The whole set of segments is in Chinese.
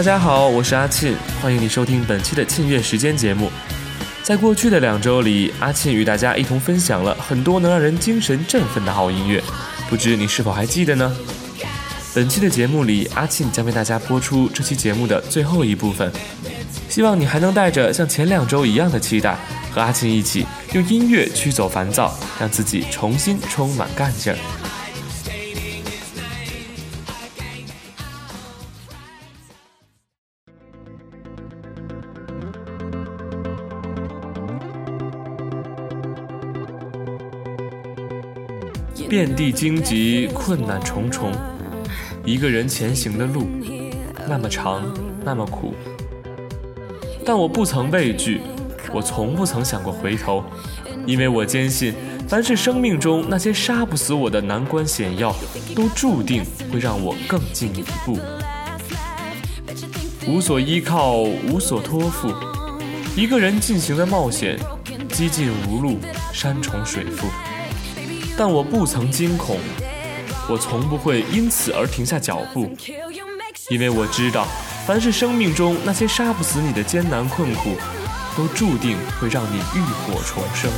大家好，我是阿沁，欢迎你收听本期的沁乐时间节目。在过去的2周里，阿沁与大家一同分享了很多能让人精神振奋的好音乐，不知你是否还记得呢？本期的节目里，阿沁将为大家播出这期节目的最后一部分，希望你还能带着像前2周一样的期待，和阿沁一起用音乐驱走烦躁，让自己重新充满干劲儿。遍地荆棘，困难重重，一个人前行的路，那么长，那么苦。但我不曾畏惧，我从不曾想过回头，因为我坚信，凡是生命中那些杀不死我的难关险要，都注定会让我更进一步。无所依靠，无所托付，一个人进行的冒险，几近无路，山重水复。但我不曾惊恐，我从不会因此而停下脚步，因为我知道，凡是生命中那些杀不死你的艰难困苦，都注定会让你浴火重生。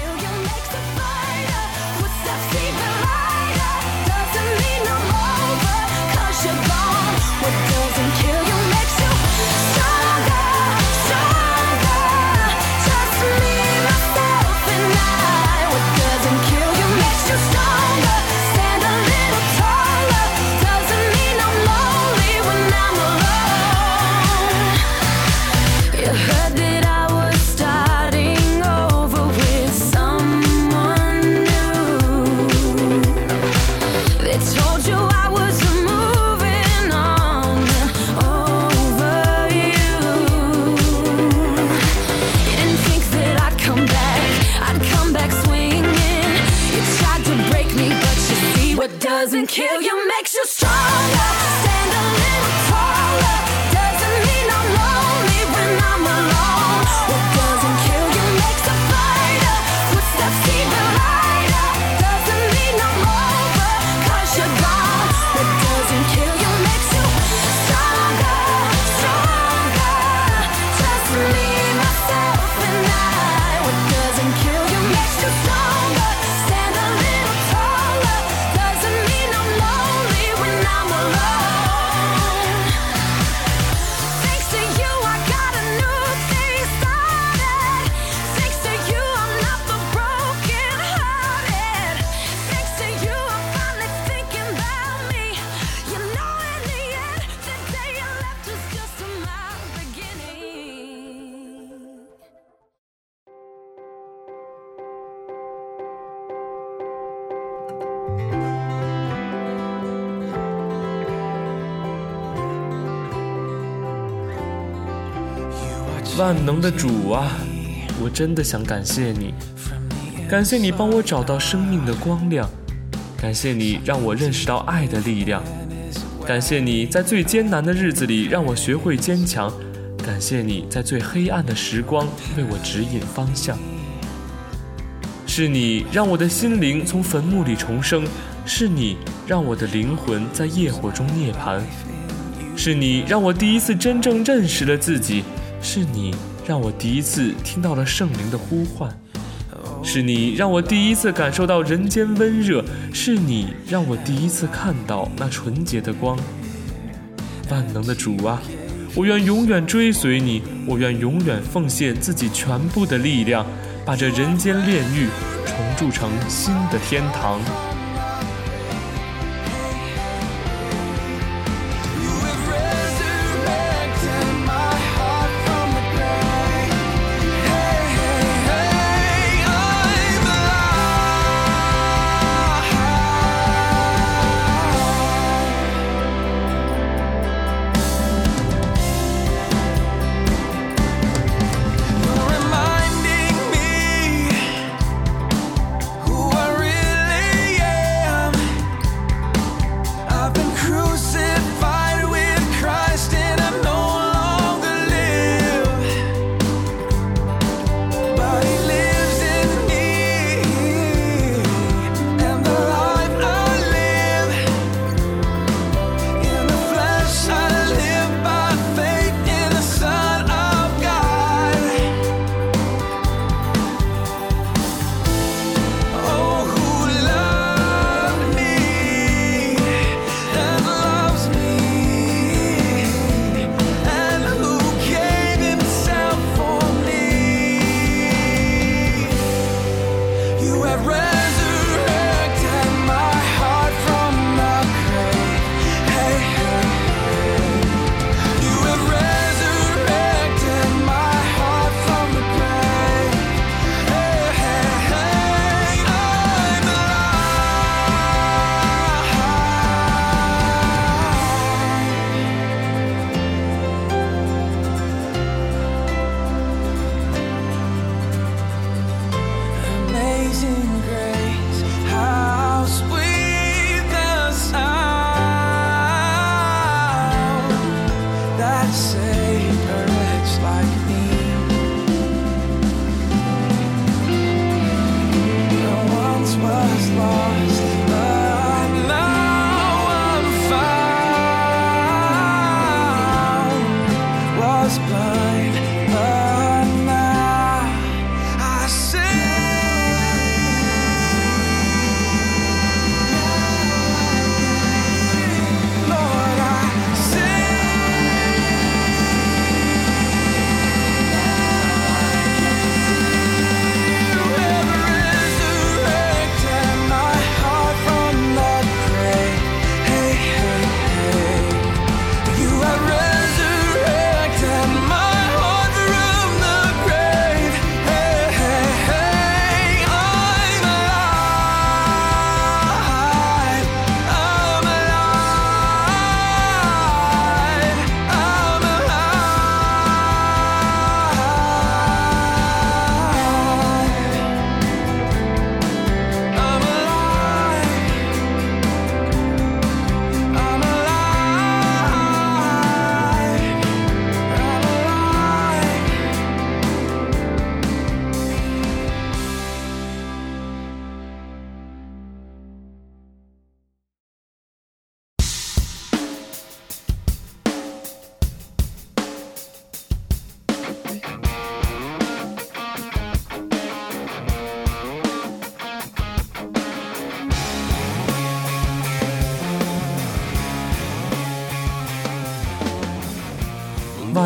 Doesn't kill you, makes you stronger. Stand a little taller. Doesn't mean I'm lonely when I'm alone. What doesn't kill you makes a fighter. Footsteps even lighter. Doesn't mean I'm over, 'cause you're gone. What doesn't kill you makes you stronger, stronger. Just me, myself, and I. What doesn't kill you makes you stronger. Stand a little taller. Doesn't mean I'm lonely when I'm alone. Thanks to you, I got a new thing started. Thanks to you, I'm not the broken hearted. Thanks to you, I'm finally thinking about me. You know, in the end, the day you left was just my beginning. 万能的主啊，我真的想感谢你，感谢你帮我找到生命的光亮，感谢你让我认识到爱的力量，感谢你在最艰难的日子里让我学会坚强，感谢你在最黑暗的时光为我指引方向。是你让我的心灵从坟墓里重生，是你让我的灵魂在业火中涅槃，是你让我第一次真正认识了自己，是你让我第一次听到了圣灵的呼唤，是你让我第一次感受到人间温热，是你让我第一次看到那纯洁的光。万能的主啊，我愿永远追随你，我愿永远奉献自己全部的力量，把这人间炼狱重铸成新的天堂。 Reminding me who I really am.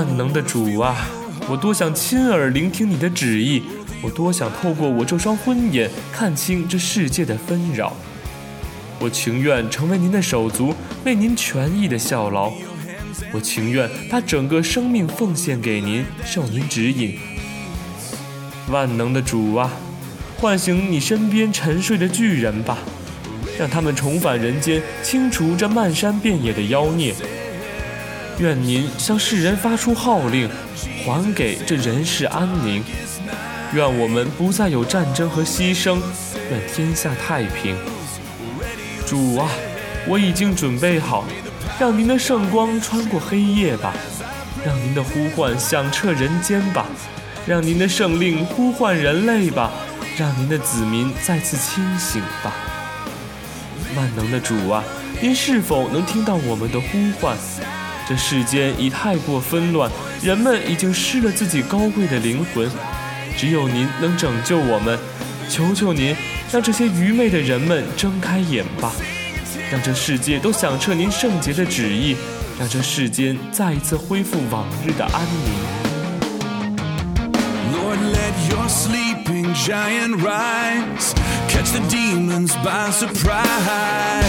万能的主啊，我多想亲耳聆听你的旨意，我多想透过我这双昏眼看清这世界的纷扰。我情愿成为您的手足，为您全意的效劳。我情愿把整个生命奉献给您，受您指引。万能的主啊，唤醒你身边沉睡的巨人吧，让他们重返人间，清除这漫山遍野的妖孽。愿您向世人发出号令，还给这人世安宁。愿我们不再有战争和牺牲，愿天下太平。主啊，我已经准备好，让您的圣光穿过黑夜吧，让您的呼唤响彻人间吧，让您的圣令呼唤人类吧，让您的子民再次清醒吧。万能的主啊，您是否能听到我们的呼唤？这世间已太过纷乱，人们已经失了自己高贵的灵魂，只有您能拯救我们。求求您，让这些愚昧的人们睁开眼吧，让这世界都响彻您圣洁的旨意，让这世间再一次恢复往日的安宁。 Lord, let your sleeping giant rise, catch the demons by surprise.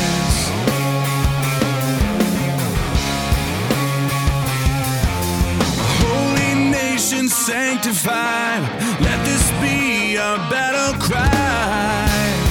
Holy nation sanctified, let this be our battle cry.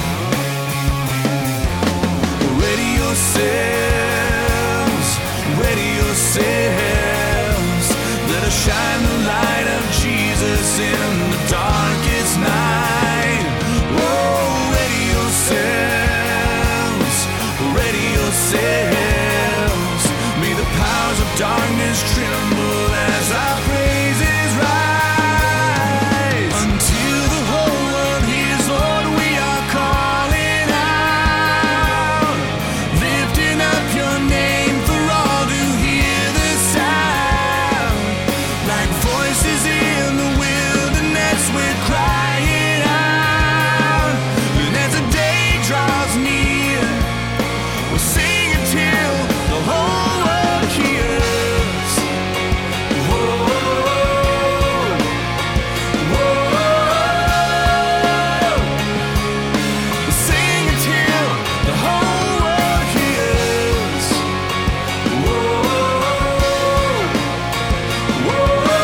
Ready yourselves, ready yourselves, let us shine the light of Jesus in the darkest night. Oh, ready yourselves, ready yourselves. May the powers of darkness tremble as our praises rise. Until the whole world hears, Lord, we are calling out, lifting up your name for all to hear the sound. Like voices in the wilderness, we're crying out. And as the day draws near, we'll sing until the whole world hears. Whoa, whoa. We'll sing until the whole world hears. Whoa, whoa.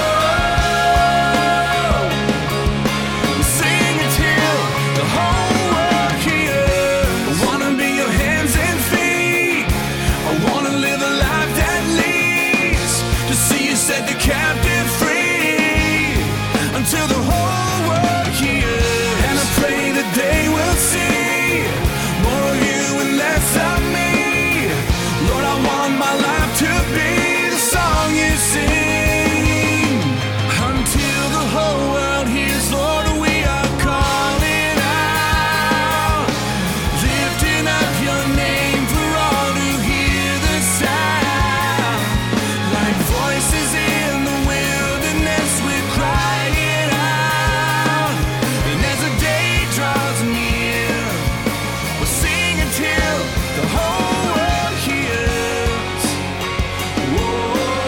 Sing until the whole world hears. I wanna be your hands and feet. I wanna live a life that leads to see you set the captive free. Until the whole world hears. And I pray that they will see more of you and less of me. Lord, I want my life to be the song you sing. Until the whole world hears, Lord, we are calling out, lifting up your name for all to hear the sound. Like voices in the wilderness, we're crying out. And as the day draws near, we'll sing until the whole world hears. Whoa,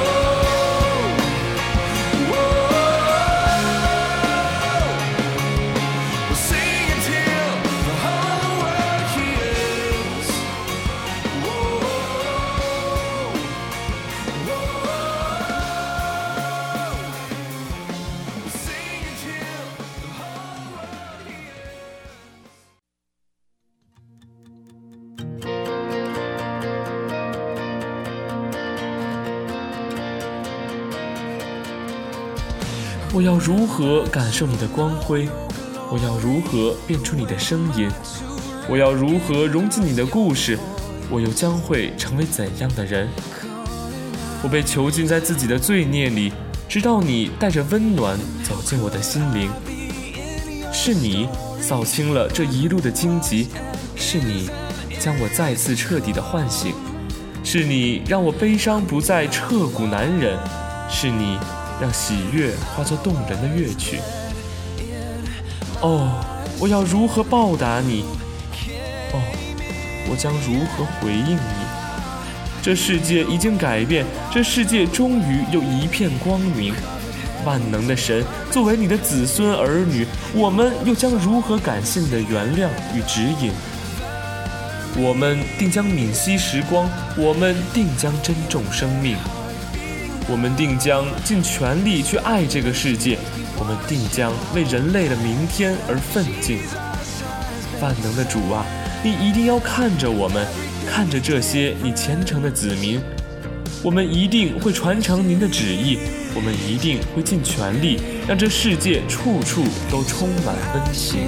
whoa. We'll sing until the whole world hears. Whoa, whoa. We'll sing until the whole world hears. 我要如何感受你的光辉？我要如何变出你的声音？我要如何融进你的故事？我又将会成为怎样的人？我被囚禁在自己的罪孽里，直到你带着温暖走进我的心灵。是你扫清了这一路的荆棘，是你将我再次彻底的唤醒，是你让我悲伤不再彻骨难忍，是你让喜悦化作动人的乐曲。哦，我要如何报答你？哦，我将如何回应你？ 这世界已经改变，这世界终于又一片光明。万能的神，作为你的子孙儿女，我们又将如何感谢你的原谅与指引？我们定将泯惜时光，我们定将珍重生命，我们定将尽全力去爱这个世界，我们定将为人类的明天而奋进。万能的主啊，你一定要看着我们，看着这些你虔诚的子民，我们一定会传承您的旨意，我们一定会尽全力让这世界处处都充满温馨。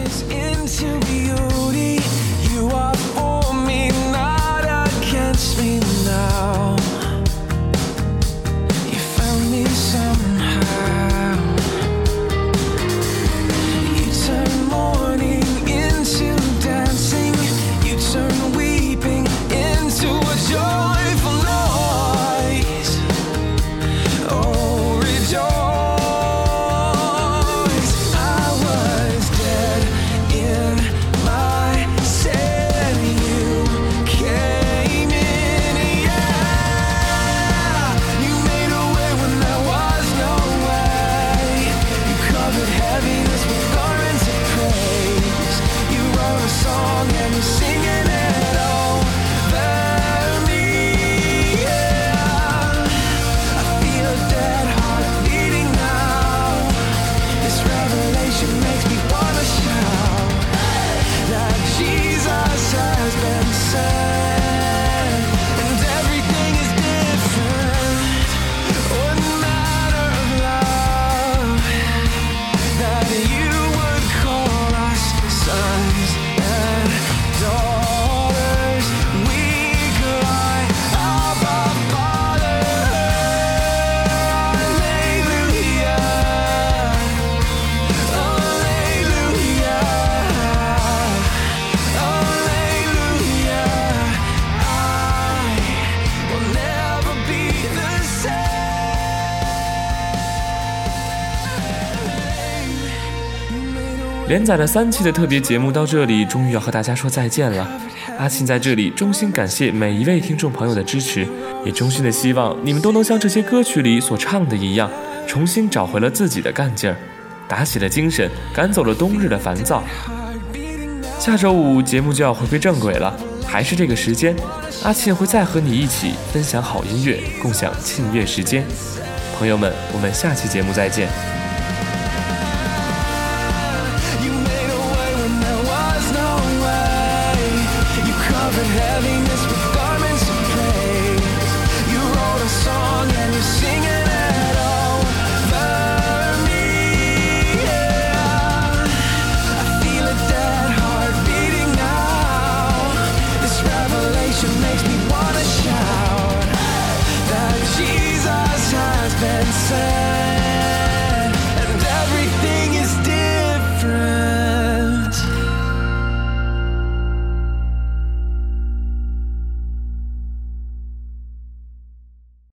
连载了3期的特别节目到这里终于要和大家说再见了。阿沁在这里衷心感谢每一位听众朋友的支持，也衷心的希望你们都能像这些歌曲里所唱的一样，重新找回了自己的干劲儿，打起了精神，赶走了冬日的烦躁。下周5节目就要回归正轨了，还是这个时间，阿沁会再和你一起分享好音乐，共享庆月时间。朋友们，我们下期节目再见。